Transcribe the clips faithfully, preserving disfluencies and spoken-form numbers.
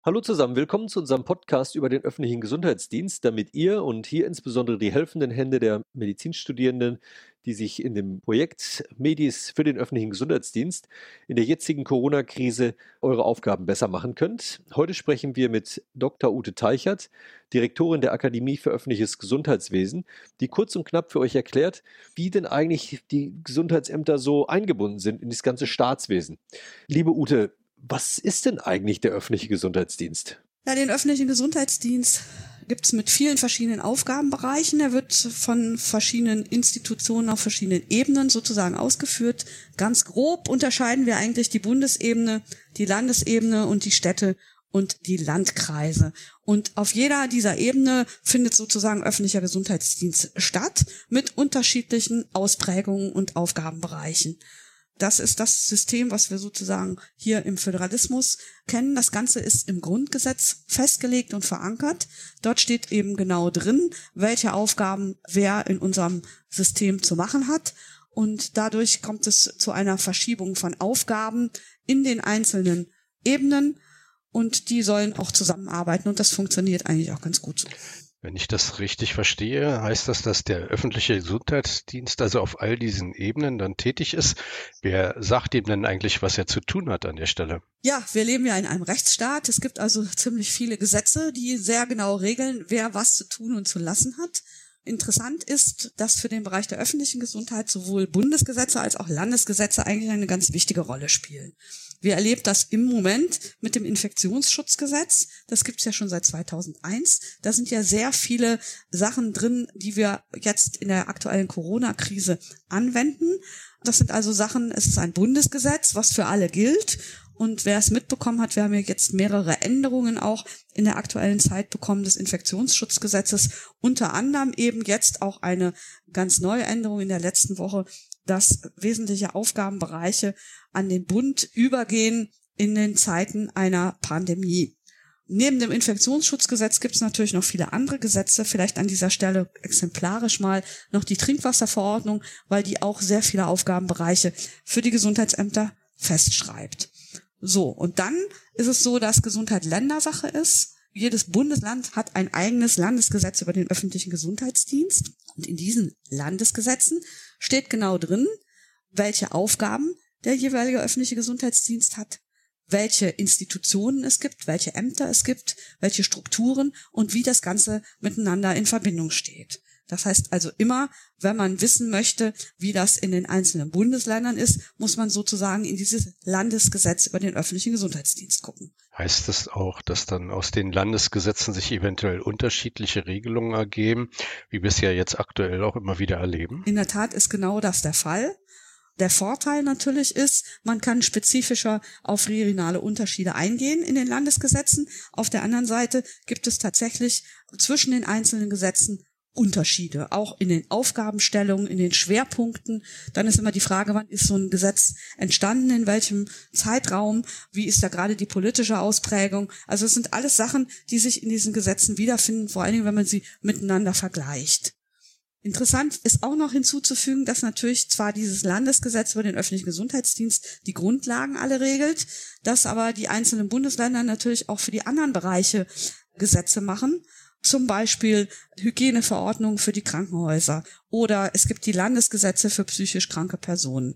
Hallo zusammen, willkommen zu unserem Podcast über den öffentlichen Gesundheitsdienst, damit ihr und hier insbesondere die helfenden Hände der Medizinstudierenden, die sich in dem Projekt Medis für den öffentlichen Gesundheitsdienst in der jetzigen Corona-Krise eure Aufgaben besser machen könnt. Heute sprechen wir mit Doktor Ute Teichert, Direktorin der Akademie für öffentliches Gesundheitswesen, die kurz und knapp für euch erklärt, wie denn eigentlich die Gesundheitsämter so eingebunden sind in das ganze Staatswesen. Liebe Ute, was ist denn eigentlich der öffentliche Gesundheitsdienst? Ja, den öffentlichen Gesundheitsdienst gibt es mit vielen verschiedenen Aufgabenbereichen. Er wird von verschiedenen Institutionen auf verschiedenen Ebenen sozusagen ausgeführt. Ganz grob unterscheiden wir eigentlich die Bundesebene, die Landesebene und die Städte und die Landkreise. Und auf jeder dieser Ebene findet sozusagen öffentlicher Gesundheitsdienst statt mit unterschiedlichen Ausprägungen und Aufgabenbereichen. Das ist das System, was wir sozusagen hier im Föderalismus kennen. Das Ganze ist im Grundgesetz festgelegt und verankert. Dort steht eben genau drin, welche Aufgaben wer in unserem System zu machen hat. Und dadurch kommt es zu einer Verschiebung von Aufgaben in den einzelnen Ebenen. Und die sollen auch zusammenarbeiten. Und das funktioniert eigentlich auch ganz gut so. Wenn ich das richtig verstehe, heißt das, dass der öffentliche Gesundheitsdienst also auf all diesen Ebenen dann tätig ist. Wer sagt ihm denn eigentlich, was er zu tun hat an der Stelle? Ja, wir leben ja in einem Rechtsstaat. Es gibt also ziemlich viele Gesetze, die sehr genau regeln, wer was zu tun und zu lassen hat. Interessant ist, dass für den Bereich der öffentlichen Gesundheit sowohl Bundesgesetze als auch Landesgesetze eigentlich eine ganz wichtige Rolle spielen. Wir erleben das im Moment mit dem Infektionsschutzgesetz. Das gibt's ja schon seit zweitausendeins. Da sind ja sehr viele Sachen drin, die wir jetzt in der aktuellen Corona-Krise anwenden. Das sind also Sachen, es ist ein Bundesgesetz, was für alle gilt. Und wer es mitbekommen hat, wir haben ja jetzt mehrere Änderungen auch in der aktuellen Zeit bekommen des Infektionsschutzgesetzes. Unter anderem eben jetzt auch eine ganz neue Änderung in der letzten Woche, dass wesentliche Aufgabenbereiche an den Bund übergehen in den Zeiten einer Pandemie. Neben dem Infektionsschutzgesetz gibt es natürlich noch viele andere Gesetze, vielleicht an dieser Stelle exemplarisch mal noch die Trinkwasserverordnung, weil die auch sehr viele Aufgabenbereiche für die Gesundheitsämter festschreibt. So, und dann ist es so, dass Gesundheit Ländersache ist. Jedes Bundesland hat ein eigenes Landesgesetz über den öffentlichen Gesundheitsdienst. Und in diesen Landesgesetzen steht genau drin, welche Aufgaben der jeweilige öffentliche Gesundheitsdienst hat, welche Institutionen es gibt, welche Ämter es gibt, welche Strukturen und wie das Ganze miteinander in Verbindung steht. Das heißt also immer, wenn man wissen möchte, wie das in den einzelnen Bundesländern ist, muss man sozusagen in dieses Landesgesetz über den öffentlichen Gesundheitsdienst gucken. Heißt das auch, dass dann aus den Landesgesetzen sich eventuell unterschiedliche Regelungen ergeben, wie wir es ja jetzt aktuell auch immer wieder erleben? In der Tat ist genau das der Fall. Der Vorteil natürlich ist, man kann spezifischer auf regionale Unterschiede eingehen in den Landesgesetzen. Auf der anderen Seite gibt es tatsächlich zwischen den einzelnen Gesetzen Unterschiede, auch in den Aufgabenstellungen, in den Schwerpunkten. Dann ist immer die Frage, wann ist so ein Gesetz entstanden, in welchem Zeitraum, wie ist da gerade die politische Ausprägung. Also es sind alles Sachen, die sich in diesen Gesetzen wiederfinden, vor allen Dingen, wenn man sie miteinander vergleicht. Interessant ist auch noch hinzuzufügen, dass natürlich zwar dieses Landesgesetz über den öffentlichen Gesundheitsdienst die Grundlagen alle regelt, dass aber die einzelnen Bundesländer natürlich auch für die anderen Bereiche Gesetze machen. Zum Beispiel Hygieneverordnungen für die Krankenhäuser oder es gibt die Landesgesetze für psychisch kranke Personen.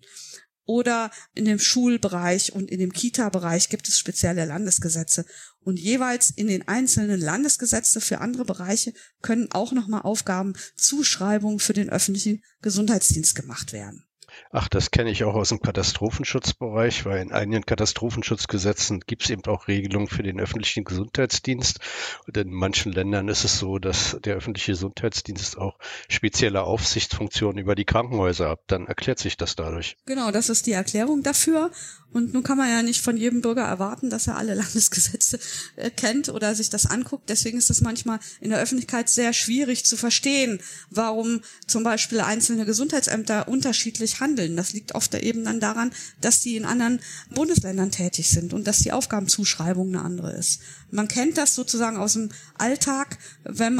Oder in dem Schulbereich und in dem Kita-Bereich gibt es spezielle Landesgesetze. Und jeweils in den einzelnen Landesgesetze für andere Bereiche können auch nochmal Aufgabenzuschreibungen für den öffentlichen Gesundheitsdienst gemacht werden. Ach, das kenne ich auch aus dem Katastrophenschutzbereich, weil in einigen Katastrophenschutzgesetzen gibt es eben auch Regelungen für den öffentlichen Gesundheitsdienst. Und in manchen Ländern ist es so, dass der öffentliche Gesundheitsdienst auch spezielle Aufsichtsfunktionen über die Krankenhäuser hat. Dann erklärt sich das dadurch. Genau, das ist die Erklärung dafür. Und nun kann man ja nicht von jedem Bürger erwarten, dass er alle Landesgesetze äh, kennt oder sich das anguckt. Deswegen ist es manchmal in der Öffentlichkeit sehr schwierig zu verstehen, warum zum Beispiel einzelne Gesundheitsämter unterschiedlich handeln. Das liegt oft eben dann daran, dass die in anderen Bundesländern tätig sind und dass die Aufgabenzuschreibung eine andere ist. Man kennt das sozusagen aus dem Alltag, wenn man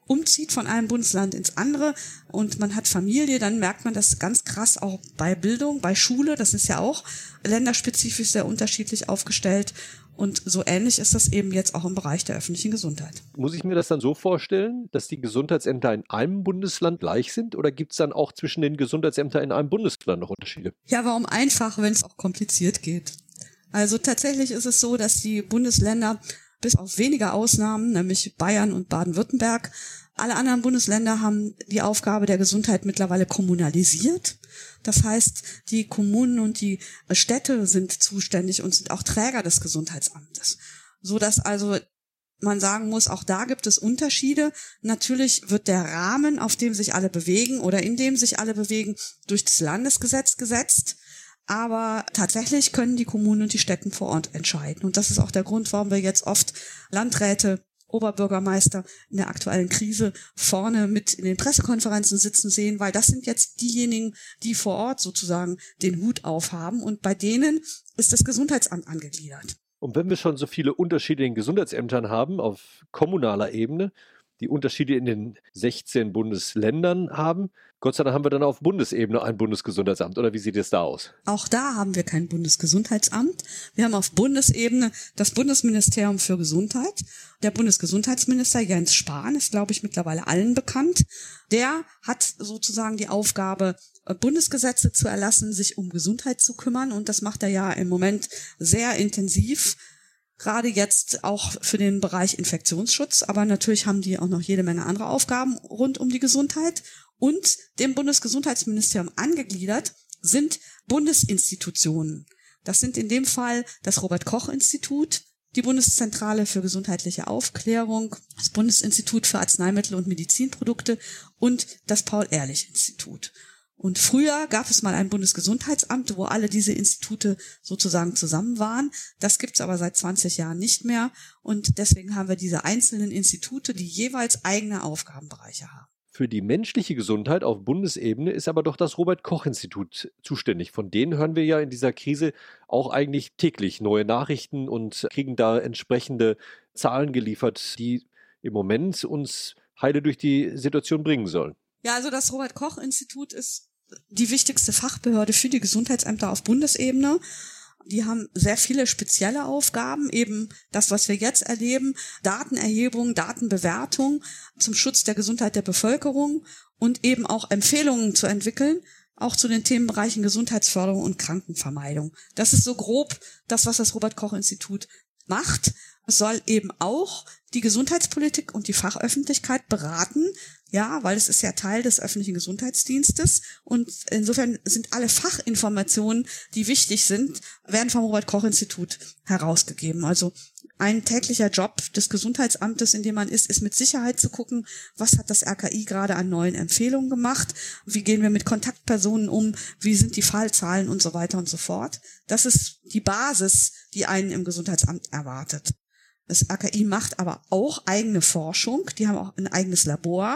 umzieht von einem Bundesland ins andere und man hat Familie, dann merkt man das ganz krass auch bei Bildung, bei Schule. Das ist ja auch länderspezifisch sehr unterschiedlich aufgestellt. Und so ähnlich ist das eben jetzt auch im Bereich der öffentlichen Gesundheit. Muss ich mir das dann so vorstellen, dass die Gesundheitsämter in einem Bundesland gleich sind oder gibt es dann auch zwischen den Gesundheitsämtern in einem Bundesland noch Unterschiede? Ja, warum einfach, wenn es auch kompliziert geht? Also tatsächlich ist es so, dass die Bundesländer bis auf wenige Ausnahmen, nämlich Bayern und Baden-Württemberg, alle anderen Bundesländer haben die Aufgabe der Gesundheit mittlerweile kommunalisiert. Das heißt, die Kommunen und die Städte sind zuständig und sind auch Träger des Gesundheitsamtes. So dass also man sagen muss, auch da gibt es Unterschiede. Natürlich wird der Rahmen, auf dem sich alle bewegen oder in dem sich alle bewegen, durch das Landesgesetz gesetzt. Aber tatsächlich können die Kommunen und die Städte vor Ort entscheiden. Und das ist auch der Grund, warum wir jetzt oft Landräte, Oberbürgermeister in der aktuellen Krise vorne mit in den Pressekonferenzen sitzen sehen, weil das sind jetzt diejenigen, die vor Ort sozusagen den Hut aufhaben und bei denen ist das Gesundheitsamt angegliedert. Und wenn wir schon so viele Unterschiede in Gesundheitsämtern haben auf kommunaler Ebene, die Unterschiede in den sechzehn Bundesländern haben, Gott sei Dank haben wir dann auf Bundesebene ein Bundesgesundheitsamt. Oder wie sieht es da aus? Auch da haben wir kein Bundesgesundheitsamt. Wir haben auf Bundesebene das Bundesministerium für Gesundheit. Der Bundesgesundheitsminister Jens Spahn ist, glaube ich, mittlerweile allen bekannt. Der hat sozusagen die Aufgabe, Bundesgesetze zu erlassen, sich um Gesundheit zu kümmern. Und das macht er ja im Moment sehr intensiv. Gerade jetzt auch für den Bereich Infektionsschutz. Aber natürlich haben die auch noch jede Menge andere Aufgaben rund um die Gesundheit. Und dem Bundesgesundheitsministerium angegliedert sind Bundesinstitutionen. Das sind in dem Fall das Robert-Koch-Institut, die Bundeszentrale für gesundheitliche Aufklärung, das Bundesinstitut für Arzneimittel und Medizinprodukte und das Paul-Ehrlich-Institut. Und früher gab es mal ein Bundesgesundheitsamt, wo alle diese Institute sozusagen zusammen waren. Das gibt's aber seit zwanzig Jahren nicht mehr. Und deswegen haben wir diese einzelnen Institute, die jeweils eigene Aufgabenbereiche haben. Für die menschliche Gesundheit auf Bundesebene ist aber doch das Robert-Koch-Institut zuständig. Von denen hören wir ja in dieser Krise auch eigentlich täglich neue Nachrichten und kriegen da entsprechende Zahlen geliefert, die im Moment uns heile durch die Situation bringen sollen. Ja, also das Robert-Koch-Institut ist die wichtigste Fachbehörde für die Gesundheitsämter auf Bundesebene. Die haben sehr viele spezielle Aufgaben, eben das, was wir jetzt erleben, Datenerhebung, Datenbewertung zum Schutz der Gesundheit der Bevölkerung und eben auch Empfehlungen zu entwickeln, auch zu den Themenbereichen Gesundheitsförderung und Krankenvermeidung. Das ist so grob das, was das Robert-Koch-Institut macht. Es soll eben auch die Gesundheitspolitik und die Fachöffentlichkeit beraten, ja, weil es ist ja Teil des öffentlichen Gesundheitsdienstes und insofern sind alle Fachinformationen, die wichtig sind, werden vom Robert-Koch-Institut herausgegeben. Also ein täglicher Job des Gesundheitsamtes, in dem man ist, ist mit Sicherheit zu gucken, was hat das R K I gerade an neuen Empfehlungen gemacht, wie gehen wir mit Kontaktpersonen um, wie sind die Fallzahlen und so weiter und so fort. Das ist die Basis, die einen im Gesundheitsamt erwartet. Das R K I macht aber auch eigene Forschung, die haben auch ein eigenes Labor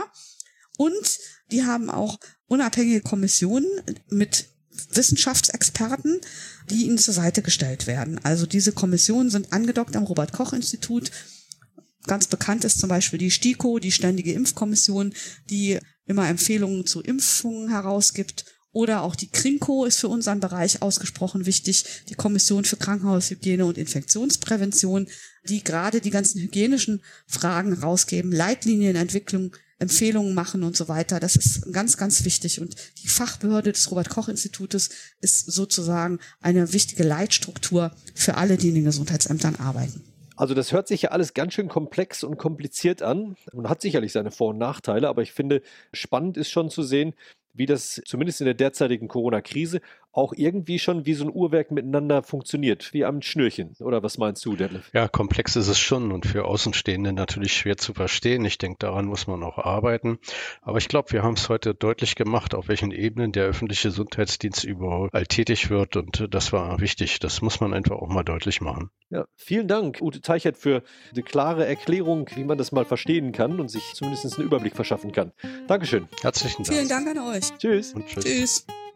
und die haben auch unabhängige Kommissionen mit Wissenschaftsexperten, die ihnen zur Seite gestellt werden. Also diese Kommissionen sind angedockt am Robert-Koch-Institut. Ganz bekannt ist zum Beispiel die STIKO, die Ständige Impfkommission, die immer Empfehlungen zu Impfungen herausgibt. Oder auch die KRINKO ist für unseren Bereich ausgesprochen wichtig, die Kommission für Krankenhaushygiene und Infektionsprävention, die gerade die ganzen hygienischen Fragen rausgeben, Leitlinienentwicklung, Empfehlungen machen und so weiter. Das ist ganz, ganz wichtig. Und die Fachbehörde des Robert-Koch-Institutes ist sozusagen eine wichtige Leitstruktur für alle, die in den Gesundheitsämtern arbeiten. Also das hört sich ja alles ganz schön komplex und kompliziert an und hat sicherlich seine Vor- und Nachteile, aber ich finde, spannend ist schon zu sehen, wie das zumindest in der derzeitigen Corona-Krise auch irgendwie schon wie so ein Uhrwerk miteinander funktioniert, wie am Schnürchen. Oder was meinst du, Detlef? Ja, komplex ist es schon und für Außenstehende natürlich schwer zu verstehen. Ich denke, daran muss man auch arbeiten. Aber ich glaube, wir haben es heute deutlich gemacht, auf welchen Ebenen der öffentliche Gesundheitsdienst überall tätig wird. Und das war wichtig. Das muss man einfach auch mal deutlich machen. Ja, vielen Dank, Ute Teichert, für die klare Erklärung, wie man das mal verstehen kann und sich zumindest einen Überblick verschaffen kann. Dankeschön. Herzlichen Dank. Vielen Dank an euch. Tschüss. Und tschüss. Tschüss.